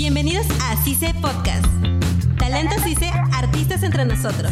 Bienvenidos a CICE Podcast. Talento CICE, artistas entre nosotros.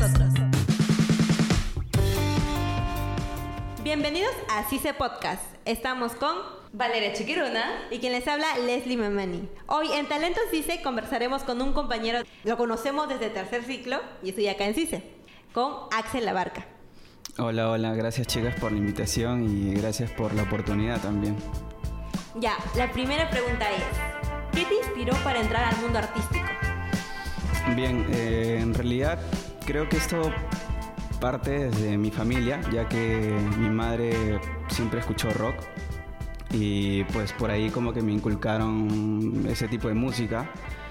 Bienvenidos a CICE Podcast. Estamos con Valeria Chiquiruna y quien les habla, Leslie Mamani. Hoy en Talento CICE conversaremos con un compañero, lo conocemos desde tercer ciclo y estoy acá en CICE, con Axel Labarca. Hola, gracias chicas por la invitación y gracias por la oportunidad también. Ya, la primera pregunta es, ¿qué te inspiró para entrar al mundo artístico? Bien, en realidad creo que esto parte desde mi familia, ya que mi madre siempre escuchó rock y pues por ahí como que me inculcaron ese tipo de música.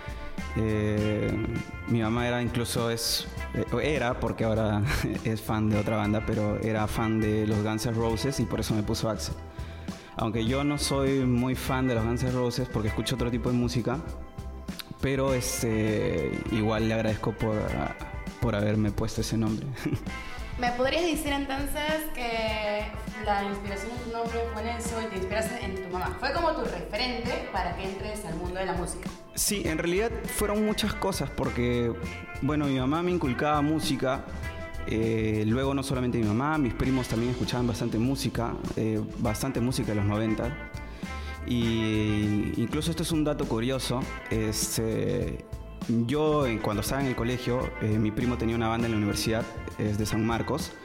Mi mamá era, porque ahora es fan de otra banda, pero era fan de los Guns N' Roses y por eso me puso Axel. Aunque yo no soy muy fan de los Guns N' Roses porque escucho otro tipo de música, pero igual le agradezco por haberme puesto ese nombre. ¿Me podrías decir entonces que la inspiración de tu nombre fue en eso y te inspiraste en tu mamá? ¿Fue como tu referente para que entres al mundo de la música? Sí, en realidad fueron muchas cosas porque, bueno, mi mamá me inculcaba música. Luego no solamente mi mamá, mis primos también escuchaban bastante música de los 90. Y incluso esto es un dato curioso. Yo cuando estaba en el colegio, mi primo tenía una banda en la universidad, es de San Marcos.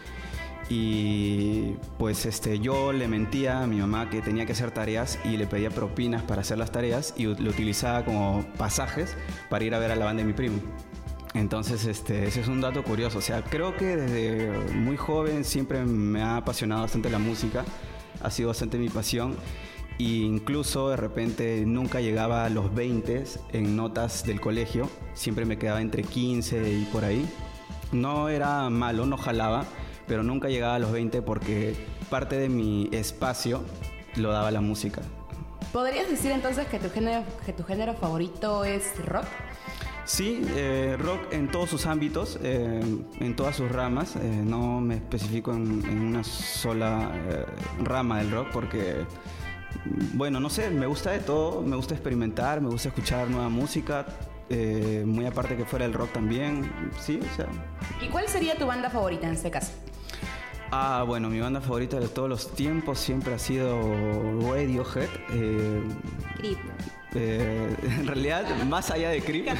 Y pues yo le mentía a mi mamá que tenía que hacer tareas y le pedía propinas para hacer las tareas y lo utilizaba como pasajes para ir a ver a la banda de mi primo. Entonces ese es un dato curioso, o sea, creo que desde muy joven siempre me ha apasionado bastante la música, ha sido bastante mi pasión e incluso de repente nunca llegaba a los 20 en notas del colegio, siempre me quedaba entre 15 y por ahí. No era malo, no jalaba, pero nunca llegaba a los 20 porque parte de mi espacio lo daba la música. ¿Podrías decir entonces que tu género favorito es rock? Sí, rock en todos sus ámbitos, en todas sus ramas. No me especifico en una sola rama del rock porque, bueno, no sé, me gusta de todo, me gusta experimentar, me gusta escuchar nueva música, muy aparte que fuera el rock también, sí, o sea. ¿Y cuál sería tu banda favorita en este caso? Bueno, mi banda favorita de todos los tiempos siempre ha sido Radiohead. Creep. En realidad, más allá de Creep,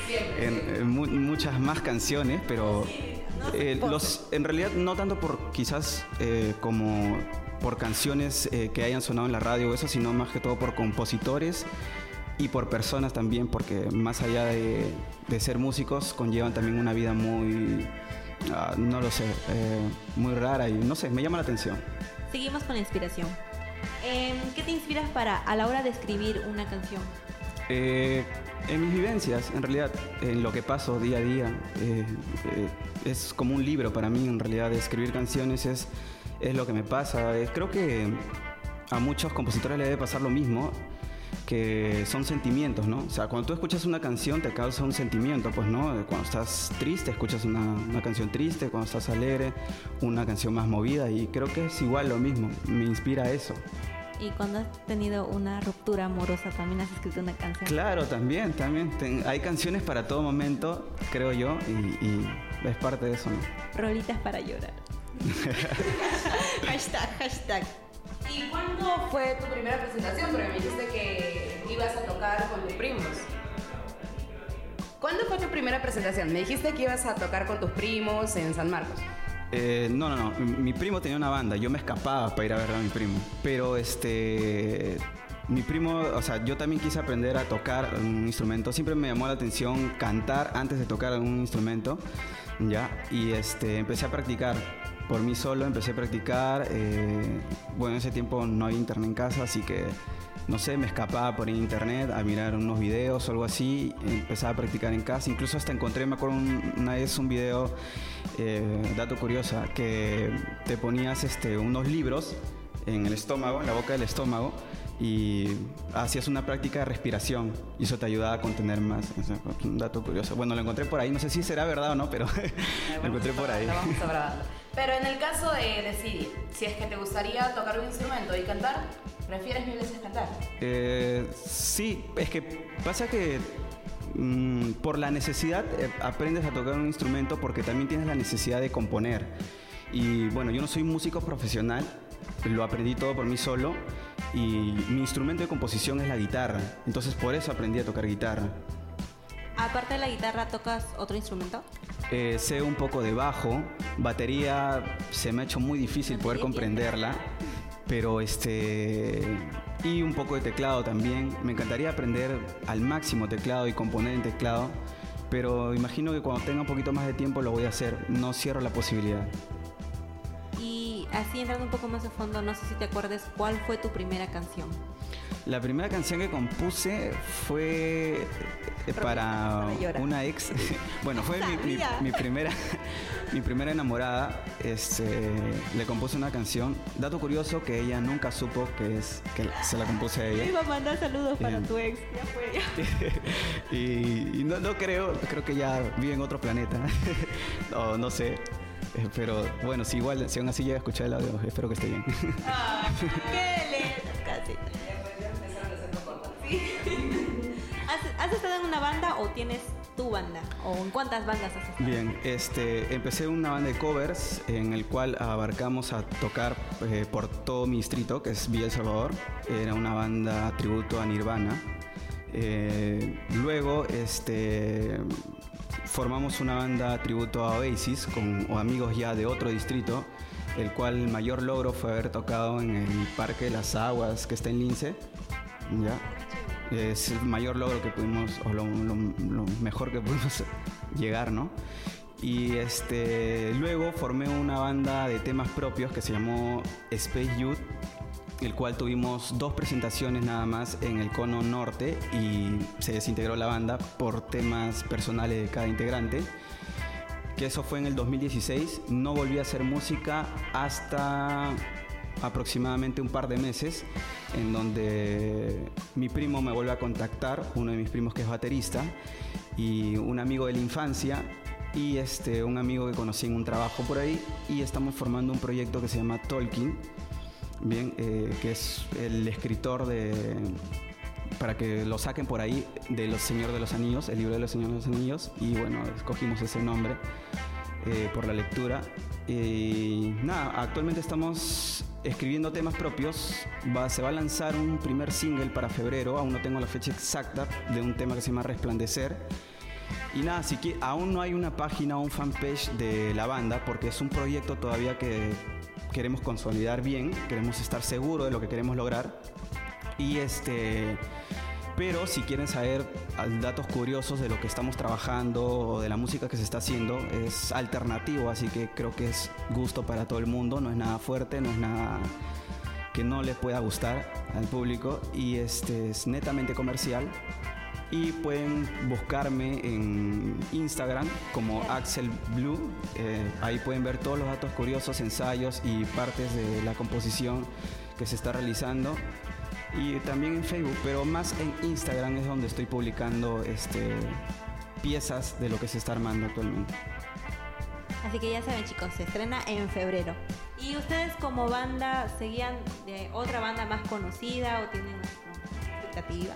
muchas más canciones, pero en realidad no tanto por quizás como por canciones que hayan sonado en la radio o eso, sino más que todo por compositores y por personas también, porque más allá de ser músicos conllevan también una vida muy... no lo sé, muy rara y no sé, me llama la atención. Seguimos con la inspiración. ¿Qué te inspiras a la hora de escribir una canción? En mis vivencias, en realidad, en lo que paso día a día. Es como un libro para mí, en realidad, escribir canciones es lo que me pasa. Creo que a muchos compositores les debe pasar lo mismo, que son sentimientos, ¿no? O sea, cuando tú escuchas una canción te causa un sentimiento, pues, ¿no? Cuando estás triste escuchas una canción triste, cuando estás alegre una canción más movida y creo que es igual lo mismo, me inspira eso. ¿Y cuando has tenido una ruptura amorosa también has escrito una canción? Claro, también. Hay canciones para todo momento, creo yo, y es parte de eso, ¿no? Rolitas para llorar. hashtag. ¿Y cuándo fue tu primera presentación? Porque me dijiste que ibas a tocar con tus primos. ¿Cuándo fue tu primera presentación? Me dijiste que ibas a tocar con tus primos en San Marcos. No. Mi primo tenía una banda. Yo me escapaba para ir a ver a mi primo. Pero mi primo, o sea, yo también quise aprender a tocar un instrumento. Siempre me llamó la atención cantar antes de tocar un instrumento, ¿ya? Y empecé a practicar. Por mí solo empecé a practicar. Bueno, en ese tiempo no había internet en casa, así que, no sé, me escapaba por internet a mirar unos videos o algo así. Empezaba a practicar en casa. Incluso hasta encontré, me acuerdo una vez un video, dato curioso, que te ponías unos libros en el estómago, en la boca del estómago, y hacías una práctica de respiración y eso te ayudaba a contener más. O sea, un dato curioso. Bueno, lo encontré por ahí, no sé si será verdad o no, pero lo encontré por ahí. Vamos a probarlo. Pero en el caso de decidir, si es que te gustaría tocar un instrumento y cantar, ¿Prefieres mil veces cantar? Sí, es que pasa que por la necesidad aprendes a tocar un instrumento porque también tienes la necesidad de componer. Y bueno, yo no soy músico profesional, lo aprendí todo por mí solo y mi instrumento de composición es la guitarra, entonces por eso aprendí a tocar guitarra. Aparte de la guitarra, ¿tocas otro instrumento? Sé un poco de bajo, batería se me ha hecho muy difícil poder comprenderla, pero y un poco de teclado también. Me encantaría aprender al máximo teclado y componer en teclado, pero imagino que cuando tenga un poquito más de tiempo lo voy a hacer, no cierro la posibilidad. Y así entrando un poco más a fondo, no sé si te acuerdas cuál fue tu primera canción. La primera canción que compuse fue para una ex. Bueno, fue mi primera enamorada. Le compuse una canción. Dato curioso que ella nunca supo que se la compuse a ella. Iba a mandar saludos para tu ex. Ya fue. y no creo que ya vive en otro planeta. No sé. Pero bueno, si aún así llega a escuchar el audio, espero que esté bien. ¡Qué lento! Casi. Sí. ¿Has estado en una banda o tienes tu banda? ¿O en cuántas bandas has estado? Bien, empecé una banda de covers en el cual abarcamos a tocar por todo mi distrito, que es Villa El Salvador. Era una banda tributo a Nirvana. Luego, formamos una banda tributo a Oasis con amigos ya de otro distrito, el cual el mayor logro fue haber tocado en el Parque de las Aguas, que está en Lince. ¿Ya? Es el mayor logro que pudimos, o lo mejor que pudimos llegar, ¿no? Y luego formé una banda de temas propios que se llamó Space Youth, el cual tuvimos 2 presentaciones nada más en el cono norte y se desintegró la banda por temas personales de cada integrante, que eso fue en el 2016. No volví a hacer música hasta aproximadamente un par de meses, en donde mi primo me vuelve a contactar, uno de mis primos que es baterista, y un amigo de la infancia, y un amigo que conocí en un trabajo por ahí, y estamos formando un proyecto que se llama Tolkien, bien, que es el escritor para que lo saquen por ahí, de Los Señor de los Anillos, el libro de Los Señor de los Anillos, y bueno, escogimos ese nombre por la lectura. Y nada, actualmente estamos escribiendo temas propios. Se va a lanzar un primer single para febrero, aún no tengo la fecha exacta, de un tema que se llama Resplandecer. Y nada, aún no hay una página o un fanpage de la banda, porque es un proyecto todavía que queremos consolidar bien, queremos estar seguros de lo que queremos lograr. Y pero si quieren saber datos curiosos de lo que estamos trabajando o de la música que se está haciendo, es alternativo, así que creo que es gusto para todo el mundo, no es nada fuerte, no es nada que no le pueda gustar al público, y es netamente comercial. Y pueden buscarme en Instagram como Axel Blue. Ahí pueden ver todos los datos curiosos, ensayos y partes de la composición que se está realizando. Y también en Facebook, pero más en Instagram es donde estoy publicando piezas de lo que se está armando actualmente. Así que ya saben, chicos, se estrena en febrero. ¿Y ustedes como banda seguían de otra banda más conocida o tienen una expectativa,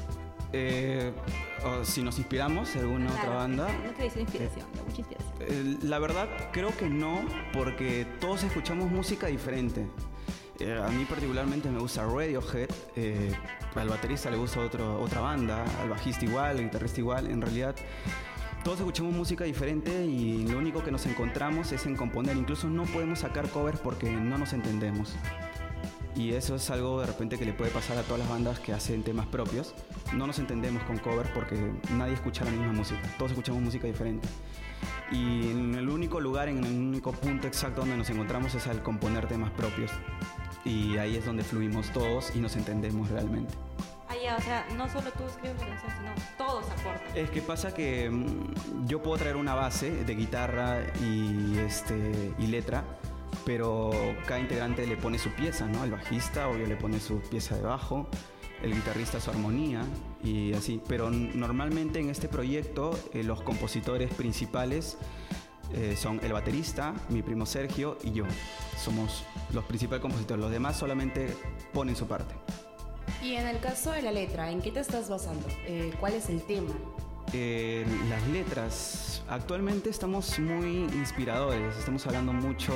no? O si nos inspiramos en alguna otra banda. No te dice inspiración, mucha inspiración. La verdad creo que no, porque todos escuchamos música diferente. A mí particularmente me gusta Radiohead, al baterista le gusta otra banda, al bajista igual, al guitarrista igual. En realidad todos escuchamos música diferente y lo único que nos encontramos es en componer. Incluso no podemos sacar covers porque no nos entendemos. Y eso es algo de repente que le puede pasar a todas las bandas que hacen temas propios. No nos entendemos con covers porque nadie escucha la misma música, todos escuchamos música diferente. Y en el único lugar, en el único punto exacto donde nos encontramos es al componer temas propios. Y ahí es donde fluimos todos y nos entendemos realmente. O sea, no solo tú escribes la canción, sino todos aportan. Es que pasa que yo puedo traer una base de guitarra y letra, pero cada integrante le pone su pieza, ¿no? El bajista, obvio, le pone su pieza de bajo, el guitarrista su armonía y así. Pero normalmente en este proyecto los compositores principales son el baterista, mi primo Sergio y yo. Somos los principales compositores. Los demás solamente ponen su parte. Y en el caso de la letra, ¿en qué te estás basando? ¿Cuál es el tema? Las letras, actualmente estamos muy inspiradores, estamos hablando mucho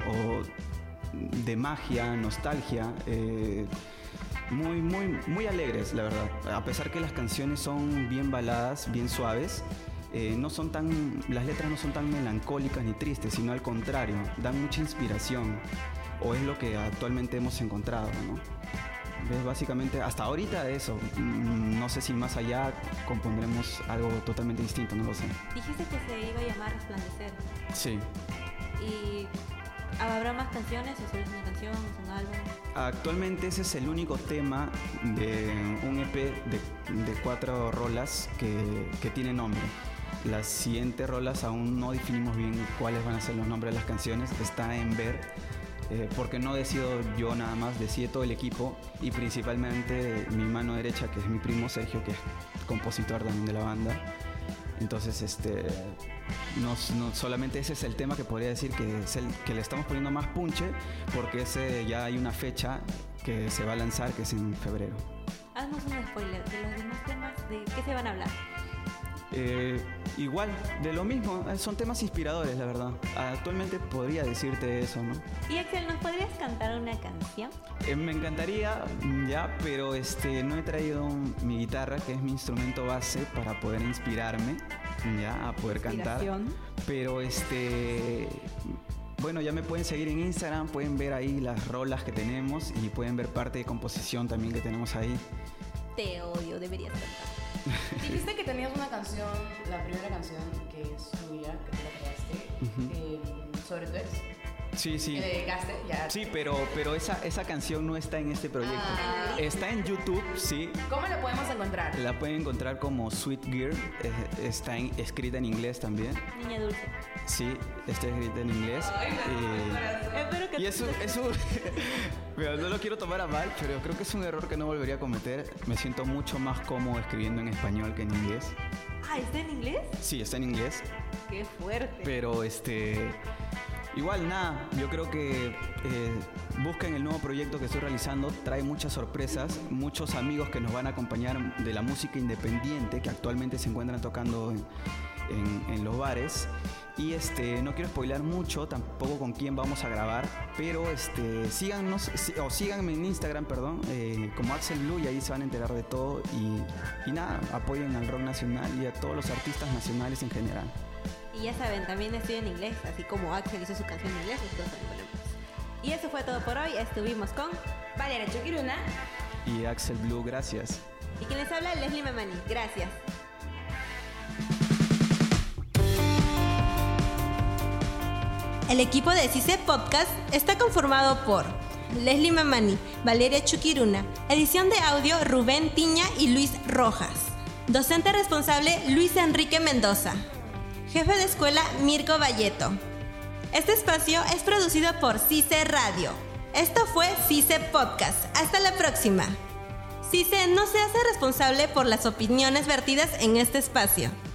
de magia, nostalgia, muy alegres, la verdad. A pesar que las canciones son bien baladas, bien suaves, las letras no son tan melancólicas ni tristes, sino al contrario, dan mucha inspiración, o es lo que actualmente hemos encontrado, ¿no? ¿Ves? Básicamente, hasta ahorita eso. No sé si más allá compondremos algo totalmente distinto, no lo sé. Dijiste que se iba a llamar Resplandecer. Sí. ¿Y habrá más canciones o solo es una canción, es un álbum? Actualmente ese es el único tema de un EP de 4 rolas que tiene nombre. Las siguientes rolas aún no definimos bien cuáles van a ser los nombres de las canciones. Está en ver. Porque no decido yo nada más, decide todo el equipo y principalmente mi mano derecha, que es mi primo Sergio, que es compositor también de la banda. Entonces, no solamente ese es el tema que podría decir que es el que le estamos poniendo más punche, porque ese ya hay una fecha que se va a lanzar, que es en febrero. Haznos un spoiler de los demás temas, ¿de qué se van a hablar? Igual, de lo mismo, son temas inspiradores, la verdad. Actualmente podría decirte eso, ¿no? Y Axel, ¿nos podrías cantar una canción? Me encantaría, ya, pero no he traído mi guitarra, que es mi instrumento base, para poder inspirarme, ya, a poder cantar. Pero bueno, ya me pueden seguir en Instagram, pueden ver ahí las rolas que tenemos y pueden ver parte de composición también que tenemos ahí. Te odio, deberías cantar. Dijiste que tenías una canción, la primera canción que es tuya, que tú la creaste, sobre tu ex. Sí. ¿Te dedicaste? Ya. Sí, pero esa canción no está en este proyecto. Está en YouTube, sí. ¿Cómo la podemos encontrar? La pueden encontrar como Sweet Girl. Está escrita en inglés también. Niña dulce. Sí, está escrita en inglés. Y eso mira, no lo quiero tomar a mal, pero creo que es un error que no volvería a cometer. Me siento mucho más cómodo escribiendo en español que en inglés. ¿Está en inglés? Sí, está en inglés. Qué fuerte. Pero igual nada, yo creo que busquen el nuevo proyecto que estoy realizando, trae muchas sorpresas, muchos amigos que nos van a acompañar de la música independiente que actualmente se encuentran tocando en los bares. Y no quiero spoilear mucho tampoco con quién vamos a grabar, pero síganos, o síganme en Instagram, como Axel Blue, y ahí se van a enterar de todo. Y nada, apoyen al rock nacional y a todos los artistas nacionales en general. Y ya saben, también estoy en inglés, así como Axel hizo su canción en inglés, nosotros también ponemos. Y eso fue todo por hoy. Estuvimos con Valeria Chukiruna y Axel Blue, gracias. Y quien les habla, Leslie Memani. Gracias. El equipo de CICE Podcast está conformado por Leslie Memani, Valeria Chukiruna, edición de audio Rubén Tiña y Luis Rojas, docente responsable Luis Enrique Mendoza, jefe de escuela Mirko Valleto. Este espacio es producido por CICE Radio. Esto fue CICE Podcast. Hasta la próxima. CICE no se hace responsable por las opiniones vertidas en este espacio.